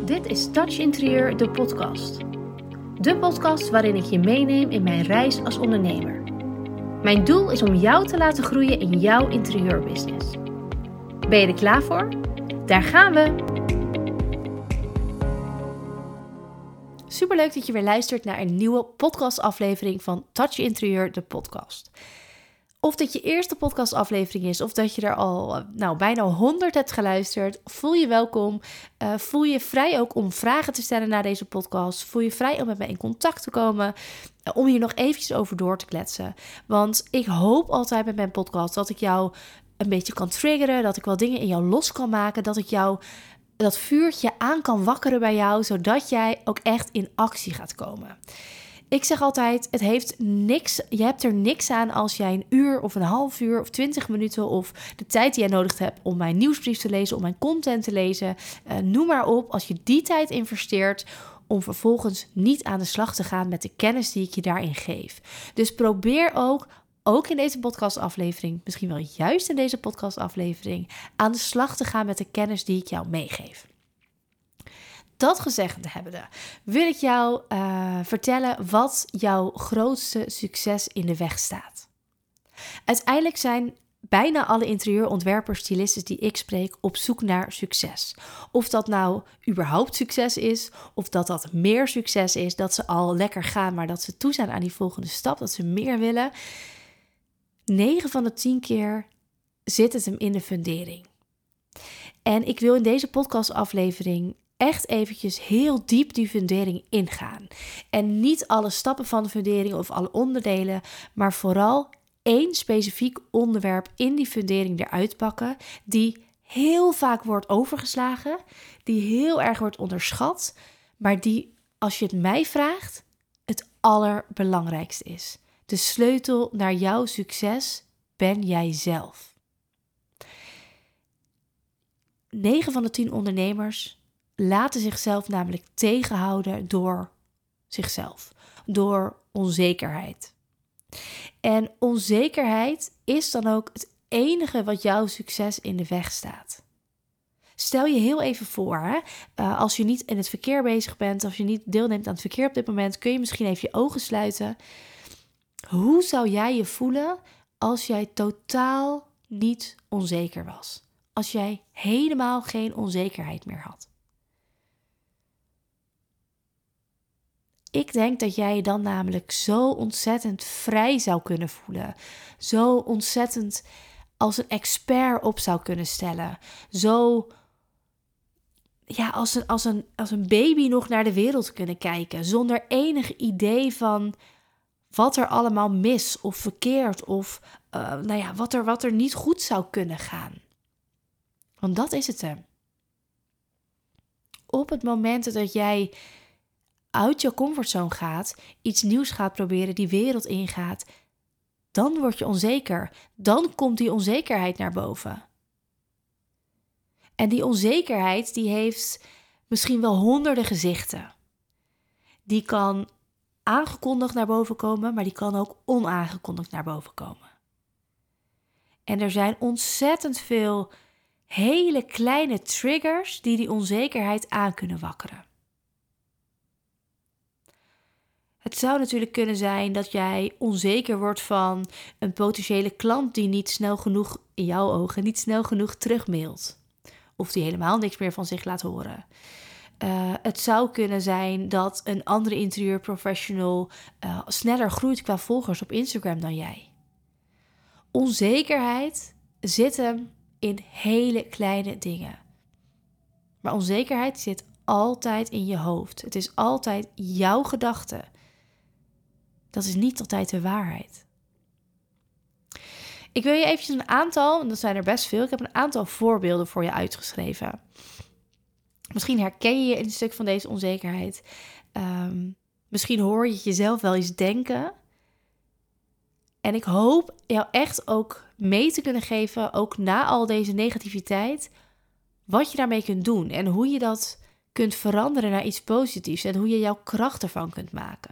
Dit is Touch Interieur, de podcast. De podcast waarin ik je meeneem in mijn reis als ondernemer. Mijn doel is om jou te laten groeien in jouw interieurbusiness. Ben je er klaar voor? Daar gaan we! Superleuk dat je weer luistert naar een nieuwe podcastaflevering van Touch Interieur, de podcast. Of dit je eerste podcastaflevering is, of dat je er al bijna 100 hebt geluisterd, voel je welkom. Voel je vrij ook om vragen te stellen naar deze podcast. Voel je vrij om met mij in contact te komen, om hier nog eventjes over door te kletsen. Want ik hoop altijd met mijn podcast dat ik jou een beetje kan triggeren, dat ik wel dingen in jou los kan maken, dat ik jou dat vuurtje aan kan wakkeren bij jou, zodat jij ook echt in actie gaat komen. Ik zeg altijd, je hebt er niks aan als jij een uur of een half uur of 20 minuten of de tijd die jij nodig hebt om mijn nieuwsbrief te lezen, om mijn content te lezen, noem maar op, als je die tijd investeert om vervolgens niet aan de slag te gaan met de kennis die ik je daarin geef. Dus probeer ook in deze podcastaflevering, misschien wel juist in deze podcastaflevering, aan de slag te gaan met de kennis die ik jou meegeef. Dat gezegd hebbende, wil ik jou vertellen wat jouw grootste succes in de weg staat. Uiteindelijk zijn bijna alle interieurontwerpers, stylisten die ik spreek op zoek naar succes. Of dat nou überhaupt succes is, of dat meer succes is, dat ze al lekker gaan, maar dat ze toe zijn aan die volgende stap, dat ze meer willen. 9 van de 10 keer zit het hem in de fundering. En ik wil in deze podcastaflevering echt eventjes heel diep die fundering ingaan. En niet alle stappen van de fundering of alle onderdelen, maar vooral één specifiek onderwerp in die fundering eruit pakken, die heel vaak wordt overgeslagen, die heel erg wordt onderschat, maar die, als je het mij vraagt, het allerbelangrijkste is. De sleutel naar jouw succes ben jij zelf. 9 van de 10 ondernemers laten zichzelf namelijk tegenhouden door zichzelf, door onzekerheid. En onzekerheid is dan ook het enige wat jouw succes in de weg staat. Stel je heel even voor, als je niet in het verkeer bezig bent, als je niet deelneemt aan het verkeer op dit moment, kun je misschien even je ogen sluiten. Hoe zou jij je voelen als jij totaal niet onzeker was? Als jij helemaal geen onzekerheid meer had? Ik denk dat jij je dan namelijk zo ontzettend vrij zou kunnen voelen. Zo ontzettend als een expert op zou kunnen stellen. Zo als een baby nog naar de wereld kunnen kijken. Zonder enig idee van wat er allemaal mis of verkeerd of wat er niet goed zou kunnen gaan. Want dat is het hem. Op het moment dat jij uit je comfortzone gaat, iets nieuws gaat proberen, die wereld ingaat, dan word je onzeker. Dan komt die onzekerheid naar boven. En die onzekerheid, die heeft misschien wel honderden gezichten. Die kan aangekondigd naar boven komen, maar die kan ook onaangekondigd naar boven komen. En er zijn ontzettend veel hele kleine triggers die onzekerheid aan kunnen wakkeren. Het zou natuurlijk kunnen zijn dat jij onzeker wordt van een potentiële klant die niet snel genoeg, in jouw ogen, niet snel genoeg terugmailt. Of die helemaal niks meer van zich laat horen. Het zou kunnen zijn dat een andere interieurprofessional sneller groeit qua volgers op Instagram dan jij. Onzekerheid zit hem in hele kleine dingen. Maar onzekerheid zit altijd in je hoofd. Het is altijd jouw gedachte. Dat is niet altijd de waarheid. Ik wil je eventjes een aantal, en dat zijn er best veel, ik heb een aantal voorbeelden voor je uitgeschreven. Misschien herken je een stuk van deze onzekerheid. Misschien hoor je het jezelf wel eens denken. En ik hoop jou echt ook mee te kunnen geven, ook na al deze negativiteit, wat je daarmee kunt doen. En hoe je dat kunt veranderen naar iets positiefs. En hoe je jouw kracht ervan kunt maken.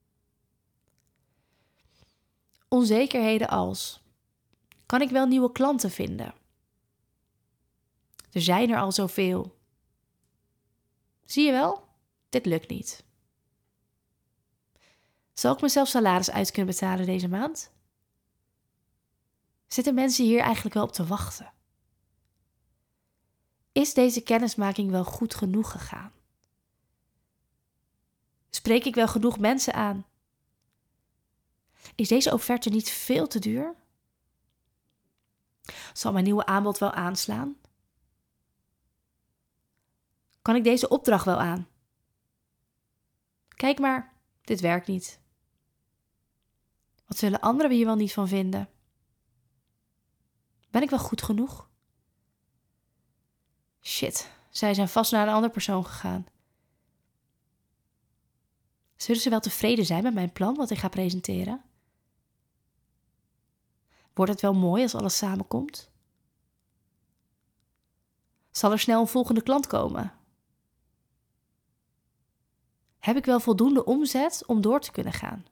Onzekerheden als: kan ik wel nieuwe klanten vinden? Er zijn er al zoveel. Zie je wel? Dit lukt niet. Zal ik mezelf salaris uit kunnen betalen deze maand? Zitten mensen hier eigenlijk wel op te wachten? Is deze kennismaking wel goed genoeg gegaan? Spreek ik wel genoeg mensen aan? Is deze offerte niet veel te duur? Zal mijn nieuwe aanbod wel aanslaan? Kan ik deze opdracht wel aan? Kijk maar, dit werkt niet. Wat zullen anderen hier wel niet van vinden? Ben ik wel goed genoeg? Shit, zij zijn vast naar een andere persoon gegaan. Zullen ze wel tevreden zijn met mijn plan wat ik ga presenteren? Wordt het wel mooi als alles samenkomt? Zal er snel een volgende klant komen? Heb ik wel voldoende omzet om door te kunnen gaan?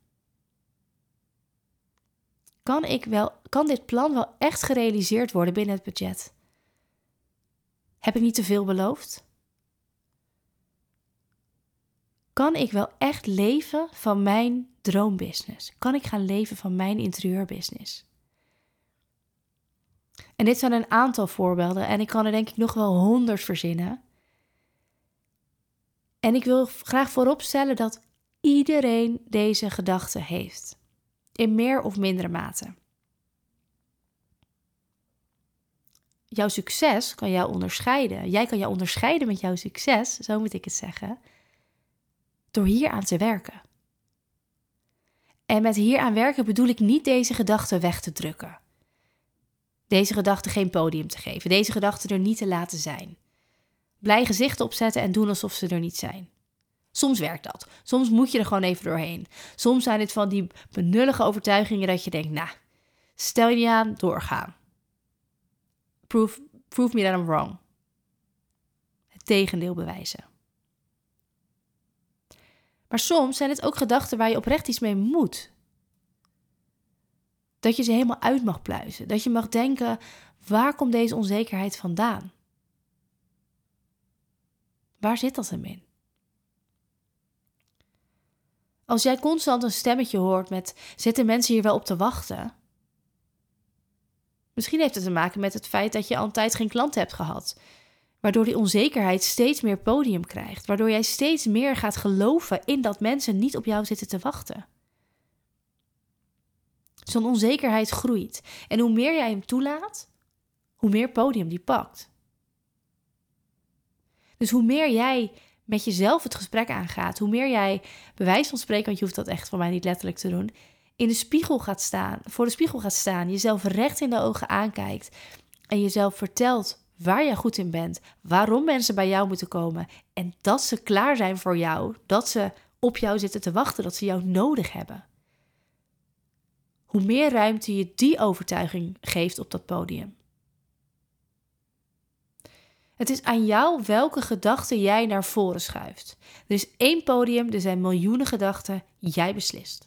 Kan dit plan wel echt gerealiseerd worden binnen het budget? Heb ik niet te veel beloofd? Kan ik wel echt leven van mijn droombusiness? Kan ik gaan leven van mijn interieurbusiness? En dit zijn een aantal voorbeelden en ik kan er denk ik nog wel 100 verzinnen. En ik wil graag vooropstellen dat iedereen deze gedachte heeft. In meer of mindere mate. Jouw succes kan jou onderscheiden. Jij kan jou onderscheiden met jouw succes, zo moet ik het zeggen, door hier aan te werken. En met hier aan werken bedoel ik niet deze gedachte weg te drukken. Deze gedachte geen podium te geven. Deze gedachte er niet te laten zijn. Blij gezichten opzetten en doen alsof ze er niet zijn. Soms werkt dat. Soms moet je er gewoon even doorheen. Soms zijn het van die benullige overtuigingen dat je denkt, nou, stel je niet aan, doorgaan. Prove me that I'm wrong. Het tegendeel bewijzen. Maar soms zijn het ook gedachten waar je oprecht iets mee moet. Dat je ze helemaal uit mag pluizen. Dat je mag denken, waar komt deze onzekerheid vandaan? Waar zit dat hem in? Als jij constant een stemmetje hoort met, zitten mensen hier wel op te wachten? Misschien heeft het te maken met het feit dat je al een tijd geen klanten hebt gehad. Waardoor die onzekerheid steeds meer podium krijgt. Waardoor jij steeds meer gaat geloven in dat mensen niet op jou zitten te wachten. Zo'n onzekerheid groeit. En hoe meer jij hem toelaat, hoe meer podium die pakt. Dus hoe meer jij met jezelf het gesprek aangaat, hoe meer jij, bij wijze van spreken, want je hoeft dat echt van mij niet letterlijk te doen, in de spiegel gaat staan, voor de spiegel gaat staan, jezelf recht in de ogen aankijkt en jezelf vertelt waar je goed in bent, waarom mensen bij jou moeten komen en dat ze klaar zijn voor jou, dat ze op jou zitten te wachten, dat ze jou nodig hebben. Hoe meer ruimte je die overtuiging geeft op dat podium. Het is aan jou welke gedachten jij naar voren schuift. Er is één podium, er zijn miljoenen gedachten, jij beslist.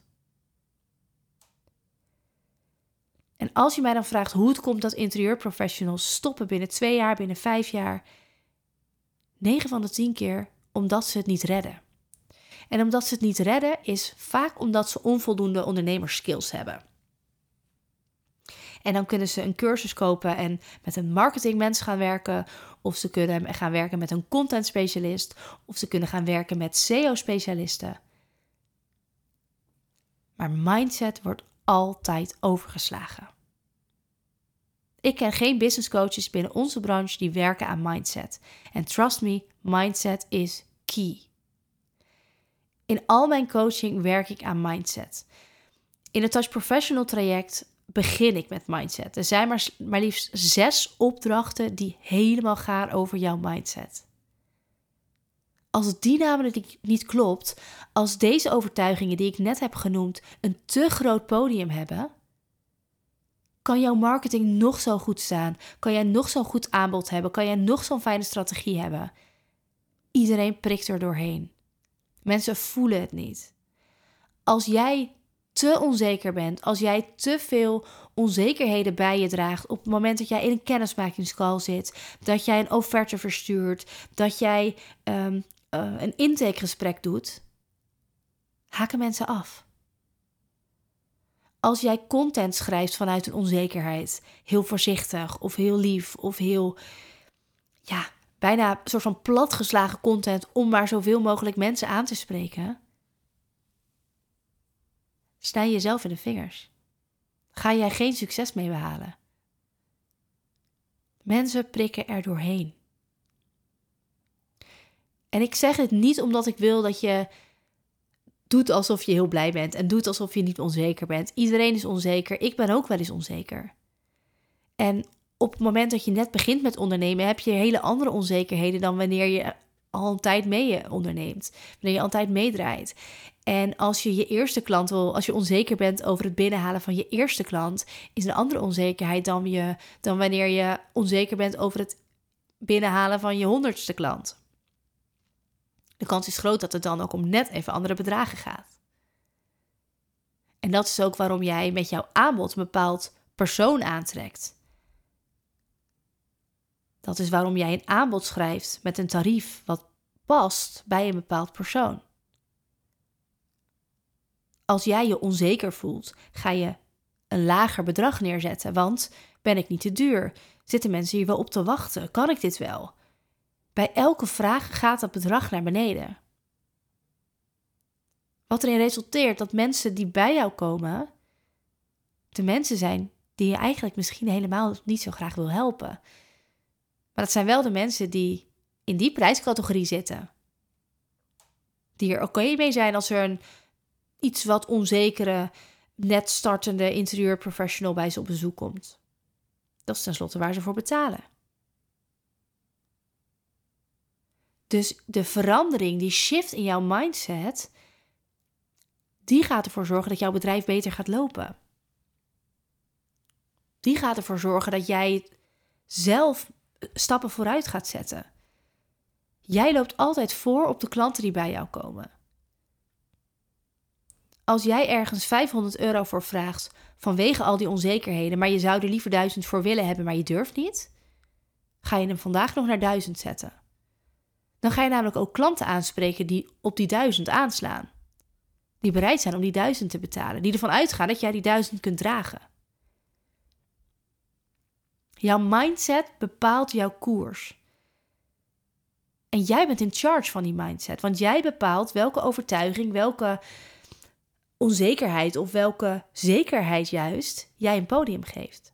En als je mij dan vraagt hoe het komt dat interieurprofessionals stoppen binnen 2 jaar, binnen 5 jaar, 9 van de 10 keer omdat ze het niet redden. En omdat ze het niet redden is vaak omdat ze onvoldoende ondernemerskills hebben. En dan kunnen ze een cursus kopen en met een marketingmens gaan werken. Of ze kunnen gaan werken met een content specialist. Of ze kunnen gaan werken met SEO-specialisten. Maar mindset wordt altijd overgeslagen. Ik ken geen business coaches binnen onze branche die werken aan mindset. En trust me, mindset is key. In al mijn coaching werk ik aan mindset. In het Touch Professional traject begin ik met mindset. Er zijn maar liefst 6 opdrachten die helemaal gaan over jouw mindset. Als die namelijk niet klopt, als deze overtuigingen die ik net heb genoemd een te groot podium hebben, kan jouw marketing nog zo goed staan, kan jij nog zo'n goed aanbod hebben, kan jij nog zo'n fijne strategie hebben. Iedereen prikt er doorheen. Mensen voelen het niet. Als jij te onzeker bent, als jij te veel onzekerheden bij je draagt op het moment dat jij in een kennismakingscall zit, dat jij een offerte verstuurt, dat jij een intakegesprek doet, haken mensen af. Als jij content schrijft vanuit een onzekerheid, heel voorzichtig of heel lief of heel, bijna een soort van platgeslagen content om maar zoveel mogelijk mensen aan te spreken, snij je jezelf in de vingers. Ga jij geen succes mee behalen. Mensen prikken er doorheen. En ik zeg het niet omdat ik wil dat je doet alsof je heel blij bent en doet alsof je niet onzeker bent. Iedereen is onzeker. Ik ben ook wel eens onzeker. En op het moment dat je net begint met ondernemen, heb je hele andere onzekerheden dan wanneer je al een tijd mee onderneemt. Wanneer je al een tijd meedraait. En als je je eerste klant wil, als je onzeker bent over het binnenhalen van je eerste klant, is een andere onzekerheid dan wanneer je onzeker bent over het binnenhalen van je 100ste klant. De kans is groot dat het dan ook om net even andere bedragen gaat. En dat is ook waarom jij met jouw aanbod een bepaald persoon aantrekt. Dat is waarom jij een aanbod schrijft met een tarief wat past bij een bepaald persoon. Als jij je onzeker voelt, ga je een lager bedrag neerzetten. Want ben ik niet te duur? Zitten mensen hier wel op te wachten? Kan ik dit wel? Bij elke vraag gaat dat bedrag naar beneden. Wat erin resulteert dat mensen die bij jou komen, de mensen zijn die je eigenlijk misschien helemaal niet zo graag wil helpen. Maar dat zijn wel de mensen die in die prijscategorie zitten. Die er oké mee zijn als er een iets wat onzekere, net startende interieurprofessional bij ze op bezoek komt. Dat is tenslotte waar ze voor betalen. Dus de verandering, die shift in jouw mindset, die gaat ervoor zorgen dat jouw bedrijf beter gaat lopen. Die gaat ervoor zorgen dat jij zelf stappen vooruit gaat zetten. Jij loopt altijd voor op de klanten die bij jou komen. Als jij ergens €500 voor vraagt vanwege al die onzekerheden, maar je zou er liever 1000 voor willen hebben, maar je durft niet, ga je hem vandaag nog naar 1000 zetten. Dan ga je namelijk ook klanten aanspreken die op die 1000 aanslaan. Die bereid zijn om die 1000 te betalen. Die ervan uitgaan dat jij die 1000 kunt dragen. Jouw mindset bepaalt jouw koers. En jij bent in charge van die mindset. Want jij bepaalt welke overtuiging, welke onzekerheid of welke zekerheid juist jij een podium geeft.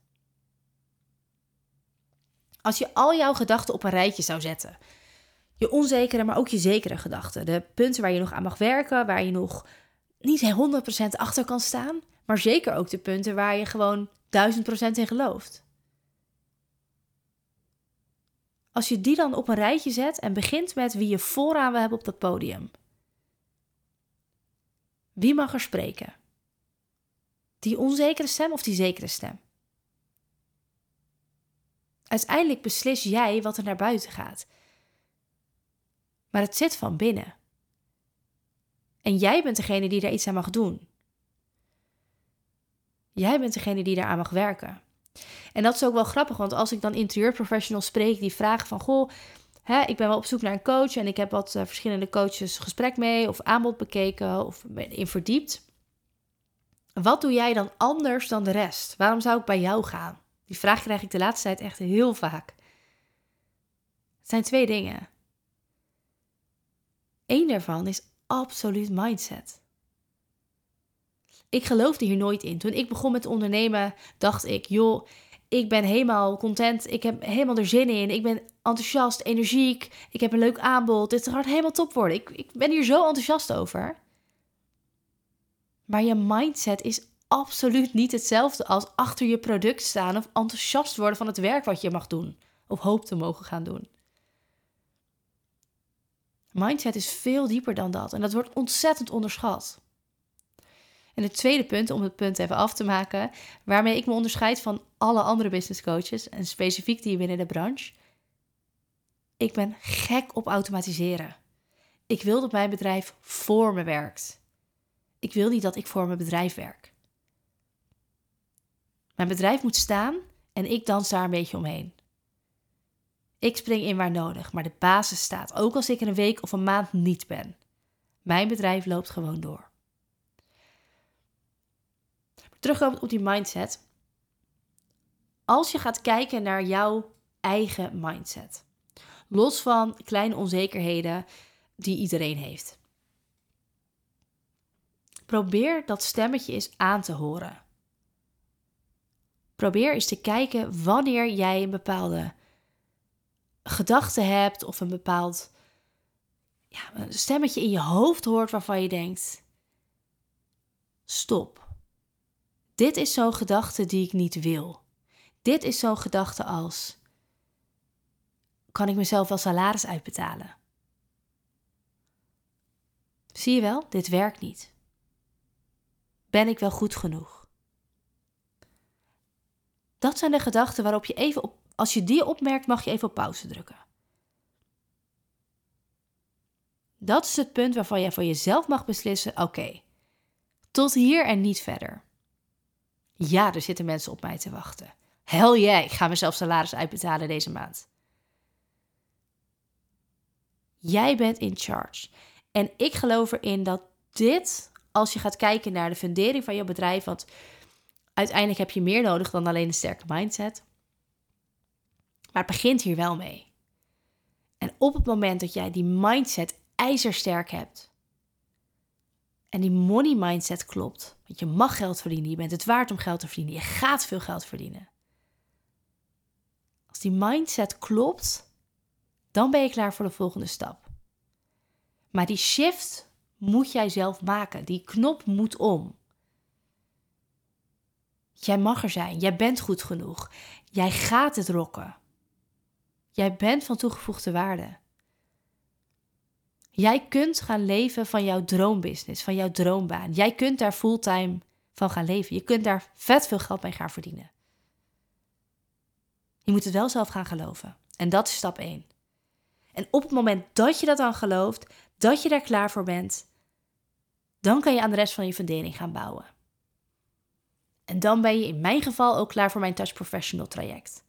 Als je al jouw gedachten op een rijtje zou zetten. Je onzekere, maar ook je zekere gedachten. De punten waar je nog aan mag werken, waar je nog niet 100% achter kan staan. Maar zeker ook de punten waar je gewoon 1000% in gelooft. Als je die dan op een rijtje zet en begint met wie je vooraan wil hebben op dat podium. Wie mag er spreken? Die onzekere stem of die zekere stem? Uiteindelijk beslis jij wat er naar buiten gaat. Maar het zit van binnen. En jij bent degene die daar iets aan mag doen. Jij bent degene die daaraan mag werken. En dat is ook wel grappig, want als ik dan interieurprofessionals spreek die vragen van, goh, ik ben wel op zoek naar een coach en ik heb wat verschillende coaches gesprek mee of aanbod bekeken of ben in verdiept. Wat doe jij dan anders dan de rest? Waarom zou ik bij jou gaan? Die vraag krijg ik de laatste tijd echt heel vaak. Het zijn 2 dingen. 1 daarvan is absoluut mindset. Ik geloofde hier nooit in. Toen ik begon met ondernemen, dacht ik, joh, ik ben helemaal content. Ik heb helemaal er zin in. Ik ben enthousiast, energiek. Ik heb een leuk aanbod. Dit gaat helemaal top worden. Ik ben hier zo enthousiast over. Maar je mindset is absoluut niet hetzelfde als achter je product staan of enthousiast worden van het werk wat je mag doen of hoopt te mogen gaan doen. Mindset is veel dieper dan dat en dat wordt ontzettend onderschat. En het tweede punt, om het punt even af te maken, waarmee ik me onderscheid van alle andere business coaches en specifiek die binnen de branche. Ik ben gek op automatiseren. Ik wil dat mijn bedrijf voor me werkt. Ik wil niet dat ik voor mijn bedrijf werk. Mijn bedrijf moet staan en ik dans daar een beetje omheen. Ik spring in waar nodig, maar de basis staat. Ook als ik er een week of een maand niet ben. Mijn bedrijf loopt gewoon door. Terugkomend op die mindset. Als je gaat kijken naar jouw eigen mindset. Los van kleine onzekerheden die iedereen heeft. Probeer dat stemmetje eens aan te horen. Probeer eens te kijken wanneer jij een bepaalde gedachte hebt of een bepaald een stemmetje in je hoofd hoort waarvan je denkt, stop. Dit is zo'n gedachte die ik niet wil. Dit is zo'n gedachte als, kan ik mezelf wel salaris uitbetalen? Zie je wel, dit werkt niet. Ben ik wel goed genoeg? Dat zijn de gedachten waarop je even als je die opmerkt, mag je even op pauze drukken. Dat is het punt waarvan je voor jezelf mag beslissen, oké, tot hier en niet verder. Ja, er zitten mensen op mij te wachten. Hell yeah, ik ga mezelf salaris uitbetalen deze maand. Jij bent in charge. En ik geloof erin dat dit, als je gaat kijken naar de fundering van je bedrijf, want uiteindelijk heb je meer nodig dan alleen een sterke mindset. Maar het begint hier wel mee. En op het moment dat jij die mindset ijzersterk hebt en die money mindset klopt, want je mag geld verdienen, je bent het waard om geld te verdienen, je gaat veel geld verdienen. Als die mindset klopt, dan ben je klaar voor de volgende stap. Maar die shift moet jij zelf maken. Die knop moet om. Jij mag er zijn. Jij bent goed genoeg. Jij gaat het rocken. Jij bent van toegevoegde waarde. Jij kunt gaan leven van jouw droombusiness, van jouw droombaan. Jij kunt daar fulltime van gaan leven. Je kunt daar vet veel geld mee gaan verdienen. Je moet het wel zelf gaan geloven. En dat is stap 1. En op het moment dat je dat dan gelooft, dat je daar klaar voor bent, dan kan je aan de rest van je fundering gaan bouwen. En dan ben je in mijn geval ook klaar voor mijn Touch Professional traject.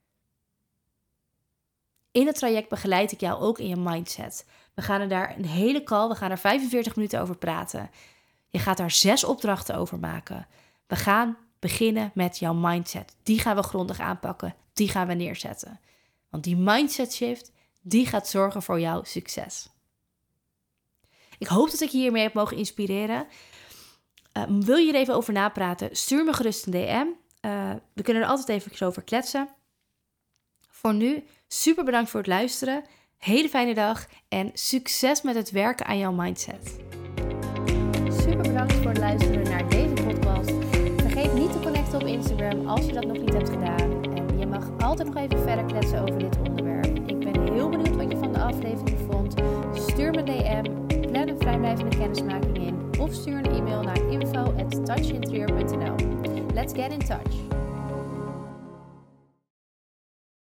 In het traject begeleid ik jou ook in je mindset. We gaan er daar een hele call, we gaan er 45 minuten over praten. Je gaat daar 6 opdrachten over maken. We gaan beginnen met jouw mindset. Die gaan we grondig aanpakken, die gaan we neerzetten. Want die mindset shift, die gaat zorgen voor jouw succes. Ik hoop dat ik je hiermee heb mogen inspireren. Wil je er even over napraten? Stuur me gerust een DM. We kunnen er altijd even over kletsen. Voor nu, super bedankt voor het luisteren. Hele fijne dag en succes met het werken aan jouw mindset. Super bedankt voor het luisteren naar deze podcast. Vergeet niet te connecten op Instagram als je dat nog niet hebt gedaan. En je mag altijd nog even verder kletsen over dit onderwerp. Ik ben heel benieuwd wat je van de aflevering vond. Stuur me een DM. Plan een vrijblijvende kennismaking in of stuur een e-mail naar info@touchinterieur.nl. Let's get in touch.